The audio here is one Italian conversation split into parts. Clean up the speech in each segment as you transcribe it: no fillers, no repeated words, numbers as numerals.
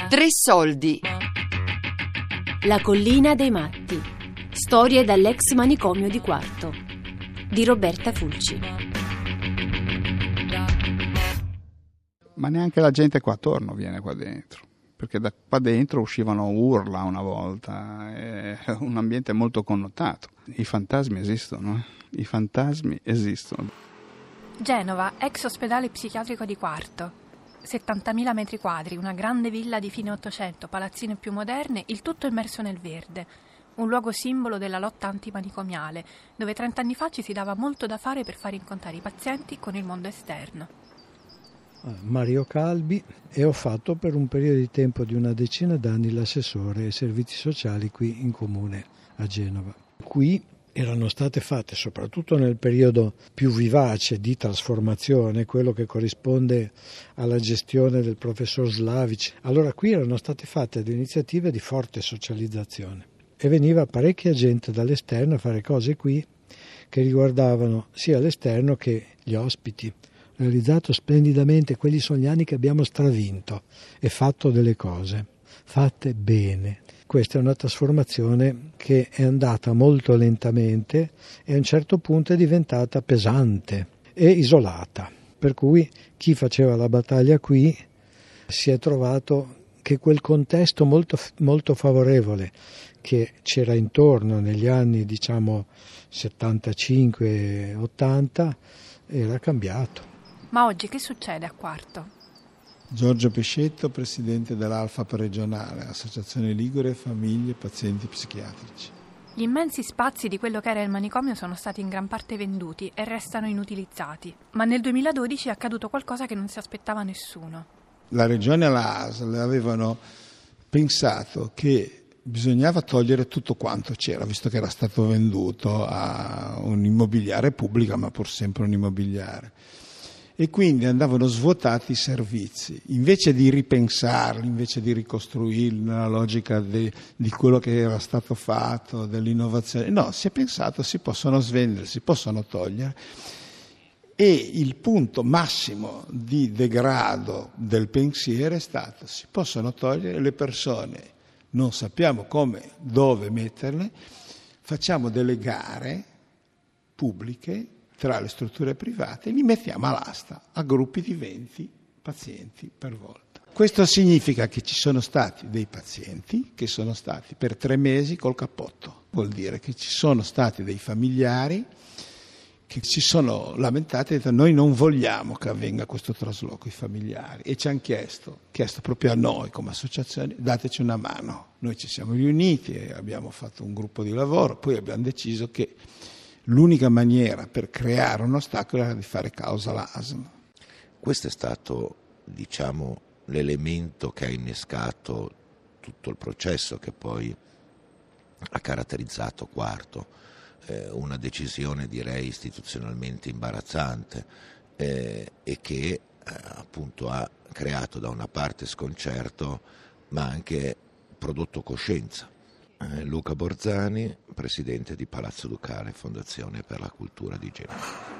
Tre soldi. La collina dei matti. Storie dall'ex manicomio di Quarto di Roberta Fulci. Ma neanche la gente qua attorno viene qua dentro, perché da qua dentro uscivano urla una volta, è un ambiente molto connotato. I fantasmi esistono, I fantasmi esistono. Genova, ex ospedale psichiatrico di Quarto. 70.000 metri quadri, una grande villa di fine Ottocento, palazzine più moderne, il tutto immerso nel verde. Un luogo simbolo della lotta antimanicomiale, dove 30 anni fa ci si dava molto da fare per far incontrare i pazienti con il mondo esterno. Mario Calbi, e ho fatto per un periodo di tempo di una decina d'anni l'assessore ai servizi sociali qui in comune a Genova. Qui erano state fatte, soprattutto nel periodo più vivace di trasformazione, quello che corrisponde alla gestione del professor Slavic. Allora qui erano state fatte delle iniziative di forte socializzazione e veniva parecchia gente dall'esterno a fare cose qui che riguardavano sia l'esterno che gli ospiti. Realizzato splendidamente, quelli sono gli anni che abbiamo stravinto e fatto delle cose fatte bene. Questa è una trasformazione che è andata molto lentamente e a un certo punto è diventata pesante e isolata, per cui chi faceva la battaglia qui si è trovato che quel contesto molto, molto favorevole che c'era intorno negli anni 75-80 era cambiato. Ma oggi che succede a Quarto? Giorgio Pescetto, presidente dell'Alfap regionale, Associazione Ligure Famiglie Pazienti Psichiatrici. Gli immensi spazi di quello che era il manicomio sono stati in gran parte venduti e restano inutilizzati. Ma nel 2012 è accaduto qualcosa che non si aspettava nessuno. La regione e la ASL avevano pensato che bisognava togliere tutto quanto c'era, visto che era stato venduto a un immobiliare pubblico, ma pur sempre un immobiliare. E quindi andavano svuotati i servizi, invece di ripensarli, invece di ricostruirli nella logica di quello che era stato fatto, dell'innovazione. No, si è pensato, si possono svendere, si possono togliere. E il punto massimo di degrado del pensiero è stato: si possono togliere le persone, non sappiamo come, dove metterle, facciamo delle gare pubbliche tra le strutture private e li mettiamo all'asta a gruppi di 20 pazienti per volta. Questo significa che ci sono stati dei pazienti che sono stati per 3 mesi col cappotto. Vuol dire che ci sono stati dei familiari che si sono lamentati e detto: noi non vogliamo che avvenga questo trasloco, i familiari, e ci hanno chiesto proprio a noi come associazione: dateci una mano. Noi ci siamo riuniti e abbiamo fatto un gruppo di lavoro, poi abbiamo deciso che l'unica maniera per creare un ostacolo era di fare causa all'ASL. Questo è stato, l'elemento che ha innescato tutto il processo che poi ha caratterizzato Quarto, una decisione direi istituzionalmente imbarazzante e che appunto ha creato da una parte sconcerto ma anche prodotto coscienza. Luca Borzani, presidente di Palazzo Ducale, Fondazione per la Cultura di Genova.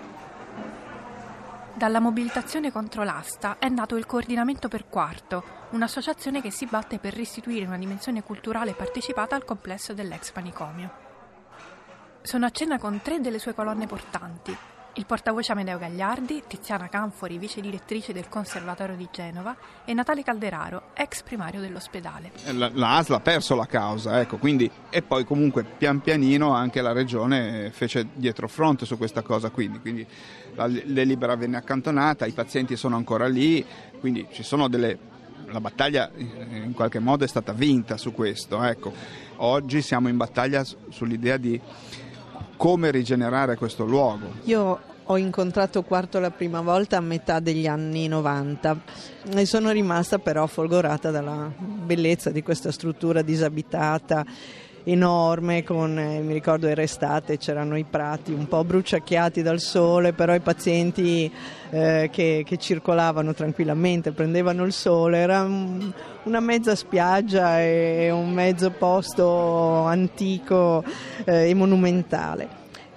Dalla mobilitazione contro l'asta è nato il Coordinamento per Quarto, un'associazione che si batte per restituire una dimensione culturale partecipata al complesso dell'ex manicomio. Sono a cena con 3 delle sue colonne portanti: il portavoce Amedeo Gagliardi, Tiziana Canfori, vice direttrice del Conservatorio di Genova, e Natale Calderaro, ex primario dell'ospedale. La ASL ha perso la causa, quindi, e poi comunque pian pianino anche la regione fece dietro fronte su questa cosa, quindi la delibera venne accantonata, i pazienti sono ancora lì, quindi ci sono la battaglia in qualche modo è stata vinta su questo, Oggi siamo in battaglia sull'idea di come rigenerare questo luogo. Io ho incontrato Quarto la prima volta a metà degli anni 90 e sono rimasta però folgorata dalla bellezza di questa struttura disabitata enorme, mi ricordo era estate, c'erano i prati un po' bruciacchiati dal sole, però i pazienti che circolavano tranquillamente, prendevano il sole, era una mezza spiaggia e un mezzo posto antico e monumentale.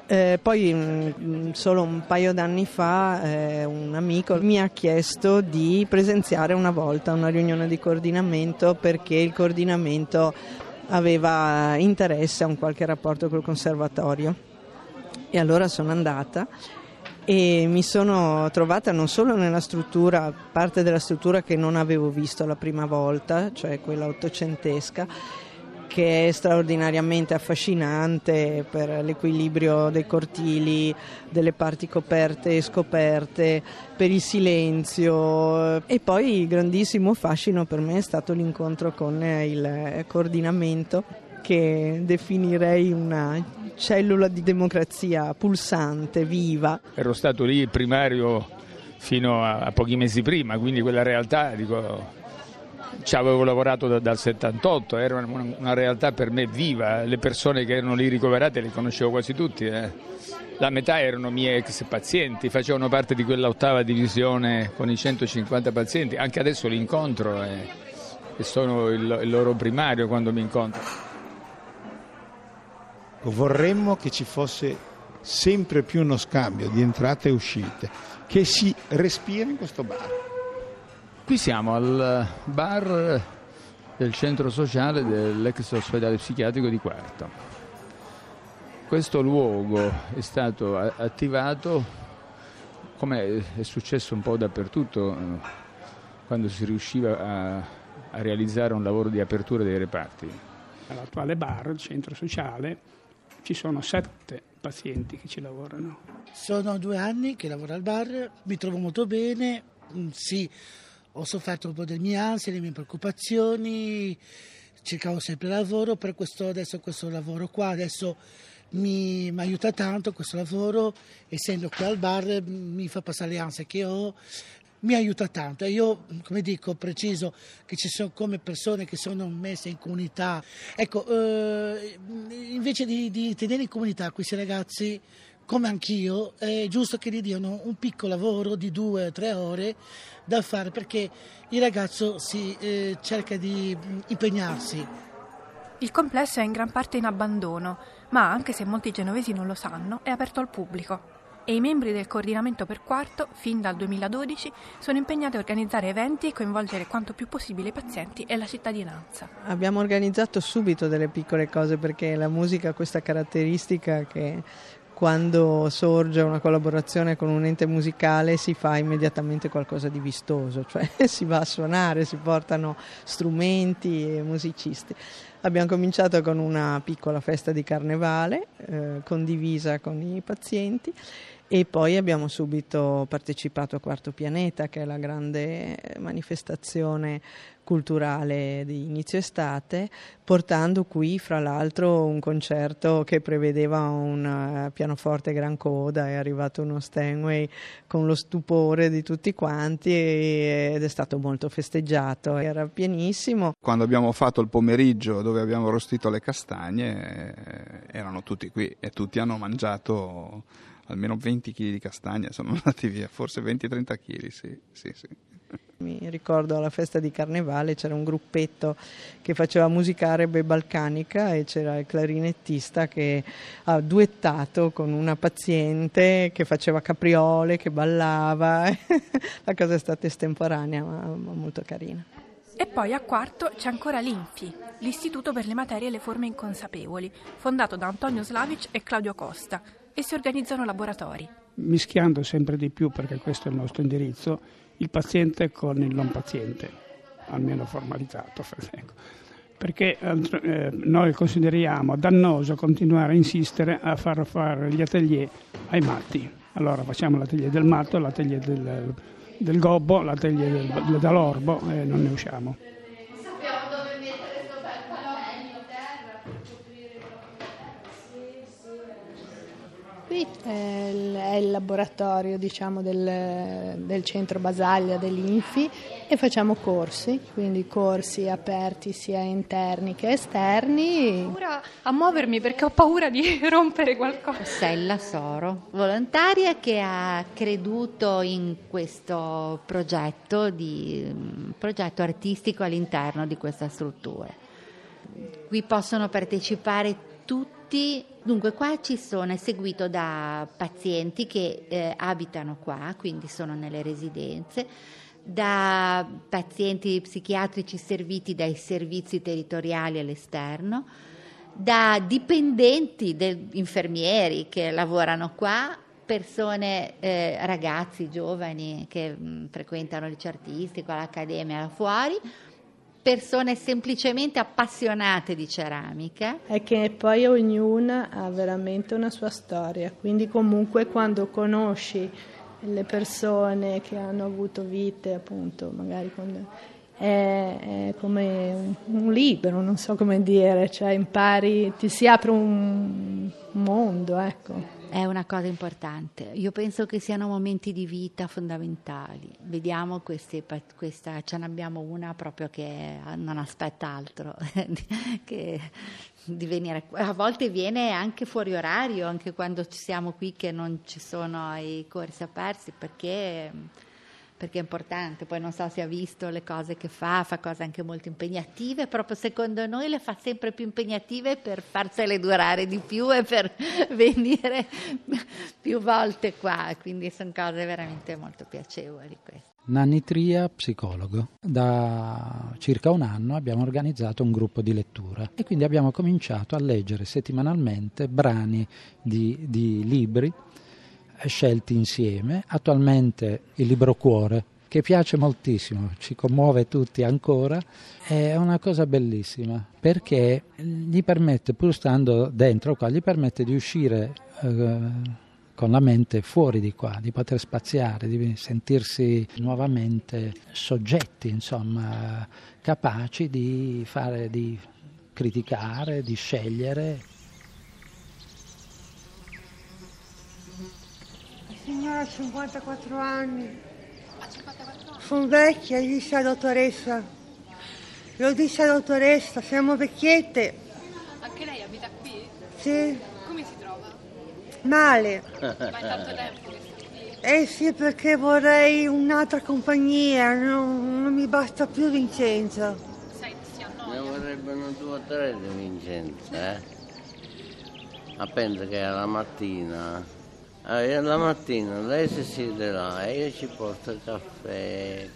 Poi solo un paio d'anni fa un amico mi ha chiesto di presenziare una volta a una riunione di coordinamento, perché il coordinamento aveva interesse a un qualche rapporto col conservatorio, e allora sono andata e mi sono trovata non solo nella struttura, parte della struttura che non avevo visto la prima volta, cioè quella ottocentesca, che è straordinariamente affascinante per l'equilibrio dei cortili, delle parti coperte e scoperte, per il silenzio, e poi il grandissimo fascino per me è stato l'incontro con il coordinamento, che definirei una cellula di democrazia pulsante, viva. Ero stato lì il primario fino a pochi mesi prima, quindi quella realtà, ci avevo lavorato dal 78, era una realtà per me viva, le persone che erano lì ricoverate le conoscevo quasi tutti, La metà erano miei ex pazienti, facevano parte di quella 8ª divisione con i 150 pazienti, anche adesso li incontro e sono il loro primario quando mi incontrano. Vorremmo che ci fosse sempre più uno scambio di entrate e uscite, che si respira in questo bar. Qui siamo al bar del centro sociale dell'ex ospedale psichiatrico di Quarto. Questo luogo è stato attivato, come è successo un po' dappertutto, quando si riusciva a realizzare un lavoro di apertura dei reparti. All'attuale bar, il centro sociale, ci sono 7 pazienti che ci lavorano. Sono 2 anni che lavoro al bar, mi trovo molto bene, sì, ho sofferto un po' delle mie ansie, delle mie preoccupazioni, cercavo sempre lavoro, per questo lavoro qua adesso mi aiuta tanto, questo lavoro, essendo qui al bar mi fa passare le ansie che ho, mi aiuta tanto. E io, come dico, preciso che ci sono come persone che sono messe in comunità. Ecco, invece di tenere in comunità questi ragazzi, come anch'io, è giusto che gli diano un piccolo lavoro di 2 o 3 ore da fare, perché il ragazzo cerca di impegnarsi. Il complesso è in gran parte in abbandono, ma anche se molti genovesi non lo sanno, è aperto al pubblico. E i membri del coordinamento per Quarto, fin dal 2012, sono impegnati a organizzare eventi e coinvolgere quanto più possibile i pazienti e la cittadinanza. Abbiamo organizzato subito delle piccole cose, perché la musica ha questa caratteristica che quando sorge una collaborazione con un ente musicale si fa immediatamente qualcosa di vistoso, cioè si va a suonare, si portano strumenti e musicisti. Abbiamo cominciato con una piccola festa di carnevale condivisa con i pazienti, e poi abbiamo subito partecipato a Quarto Pianeta, che è la grande manifestazione culturale di inizio estate, portando qui fra l'altro un concerto che prevedeva un pianoforte gran coda. È arrivato uno Steinway con lo stupore di tutti quanti ed è stato molto festeggiato, era pienissimo. Quando abbiamo fatto il pomeriggio dove abbiamo arrostito le castagne, erano tutti qui e tutti hanno mangiato almeno 20 kg di castagne, sono andati via, forse 20-30 kg, sì. Mi ricordo alla festa di carnevale c'era un gruppetto che faceva musica araba e balcanica, e c'era il clarinettista che ha duettato con una paziente che faceva capriole, che ballava. La cosa è stata estemporanea, ma molto carina. E poi a Quarto c'è ancora l'INFI, l'Istituto per le materie e le forme inconsapevoli, fondato da Antonio Slavic e Claudio Costa, e si organizzano laboratori. Mischiando sempre di più, perché questo è il nostro indirizzo, il paziente con il non paziente, almeno formalizzato, perché noi consideriamo dannoso continuare a insistere a far fare gli atelier ai matti. Allora facciamo l'atelier del matto, l'atelier del gobbo, l'atelier dell'orbo, e non ne usciamo. Qui è il laboratorio, diciamo, del centro Basaglia dell'INFI, e facciamo corsi, quindi corsi aperti sia interni che esterni. Ho paura a muovermi perché ho paura di rompere qualcosa. Sella Soro, volontaria che ha creduto in questo progetto artistico all'interno di questa struttura. Qui possono partecipare tutti. Dunque qua è seguito da pazienti che abitano qua, quindi sono nelle residenze, da pazienti psichiatrici serviti dai servizi territoriali all'esterno, da dipendenti infermieri che lavorano qua, persone, ragazzi giovani che frequentano licei artistici, l'accademia là fuori, persone semplicemente appassionate di ceramica. È che poi ognuna ha veramente una sua storia, quindi comunque quando conosci le persone che hanno avuto vite, appunto, magari è come un libro, non so come dire, cioè impari, ti si apre un mondo, ecco. È una cosa importante. Io penso che siano momenti di vita fondamentali. Vediamo questa, ce ne abbiamo una proprio che non aspetta altro che di venire. A volte viene anche fuori orario, anche quando ci siamo qui che non ci sono i corsi aperti, perché è importante. Poi non so se ha visto le cose che fa cose anche molto impegnative, proprio secondo noi le fa sempre più impegnative per farsele durare di più e per venire più volte qua, quindi sono cose veramente molto piacevoli queste. Nanni Tria, psicologo. Da circa un anno abbiamo organizzato un gruppo di lettura e quindi abbiamo cominciato a leggere settimanalmente brani di libri scelti insieme. Attualmente il libro Cuore, che piace moltissimo, ci commuove tutti ancora, è una cosa bellissima perché gli permette, pur stando dentro qua, gli permette di uscire con la mente fuori di qua, di poter spaziare, di sentirsi nuovamente soggetti, insomma, capaci di fare, di criticare, di scegliere. Signora, ho 54 anni. Ha 54 anni? Sono vecchia, gli disse la dottoressa. Lo disse la dottoressa, siamo vecchiette. Anche lei abita qui? Sì. Come si trova? Male. Ma è tanto tempo che sta qui? Eh sì, perché vorrei un'altra compagnia, non mi basta più Vincenzo. Si annoia? Ne vorrebbero 2 o 3 di Vincenzo, Ma penso che alla mattina... la mattina lei si siede là e io ci porto caffè.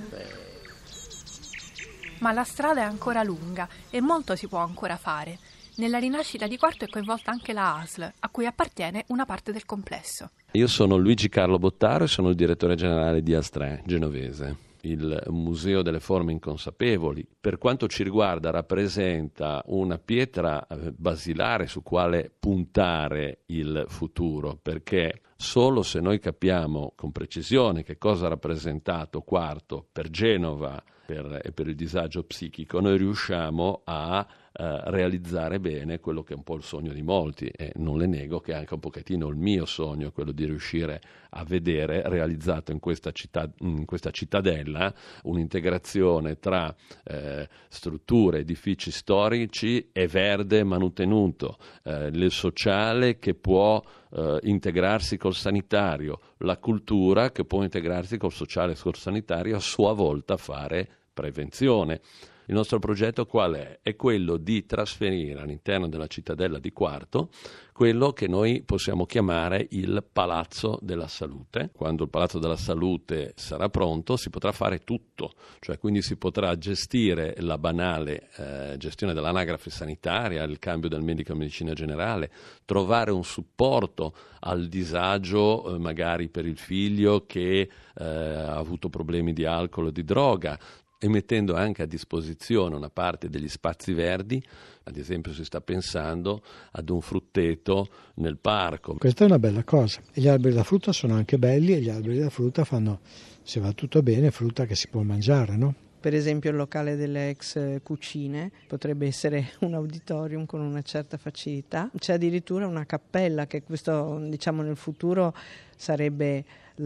Ma la strada è ancora lunga e molto si può ancora fare. Nella rinascita di Quarto è coinvolta anche la ASL, a cui appartiene una parte del complesso. Io sono Luigi Carlo Bottaro e sono il direttore generale di AS3 Genovese. Il Museo delle Forme Inconsapevoli, per quanto ci riguarda, rappresenta una pietra basilare su quale puntare il futuro, perché solo se noi capiamo con precisione che cosa ha rappresentato Quarto per Genova e per il disagio psichico, noi riusciamo a realizzare bene quello che è un po' il sogno di molti, e non le nego che è anche un pochettino il mio sogno, quello di riuscire a vedere realizzato in questa cittadella un'integrazione tra strutture, edifici storici e verde manutenuto, il sociale che può integrarsi col sanitario, la cultura che può integrarsi col sociale e col sanitario, a sua volta fare prevenzione. Il nostro progetto qual è? È quello di trasferire all'interno della cittadella di Quarto quello che noi possiamo chiamare il Palazzo della Salute. Quando il Palazzo della Salute sarà pronto si potrà fare tutto, cioè quindi si potrà gestire la banale gestione dell'anagrafe sanitaria, il cambio del medico a medicina generale, trovare un supporto al disagio magari per il figlio che ha avuto problemi di alcol o di droga, e mettendo anche a disposizione una parte degli spazi verdi. Ad esempio si sta pensando ad un frutteto nel parco. Questa è una bella cosa. E gli alberi da frutta sono anche belli e gli alberi da frutta fanno, se va tutto bene, frutta che si può mangiare, no? Per esempio il locale delle ex cucine potrebbe essere un auditorium con una certa facilità. C'è addirittura una cappella che questo, diciamo, nel futuro sarebbe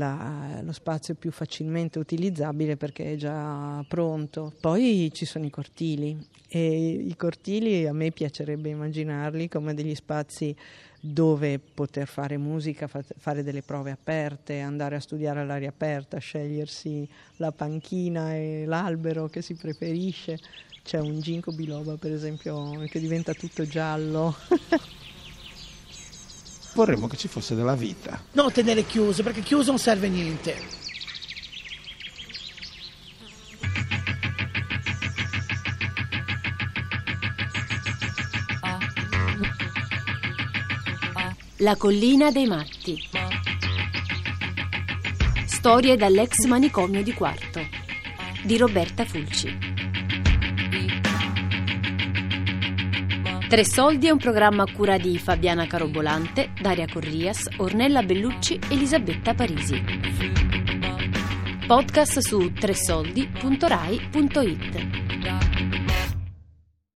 lo spazio più facilmente utilizzabile perché è già pronto. Poi ci sono i cortili, e i cortili a me piacerebbe immaginarli come degli spazi dove poter fare musica, fare delle prove aperte, andare a studiare all'aria aperta, scegliersi la panchina e l'albero che si preferisce, C'è un ginkgo biloba, per esempio, che diventa tutto giallo. Vorremmo che ci fosse della vita. Non tenere chiuso, perché chiuso non serve a niente. La collina dei matti. Storie dall'ex manicomio di Quarto di Roberta Fulci. Tre Soldi è un programma a cura di Fabiana Carobolante, Daria Corrias, Ornella Bellucci e Elisabetta Parisi. Podcast su tresoldi.rai.it.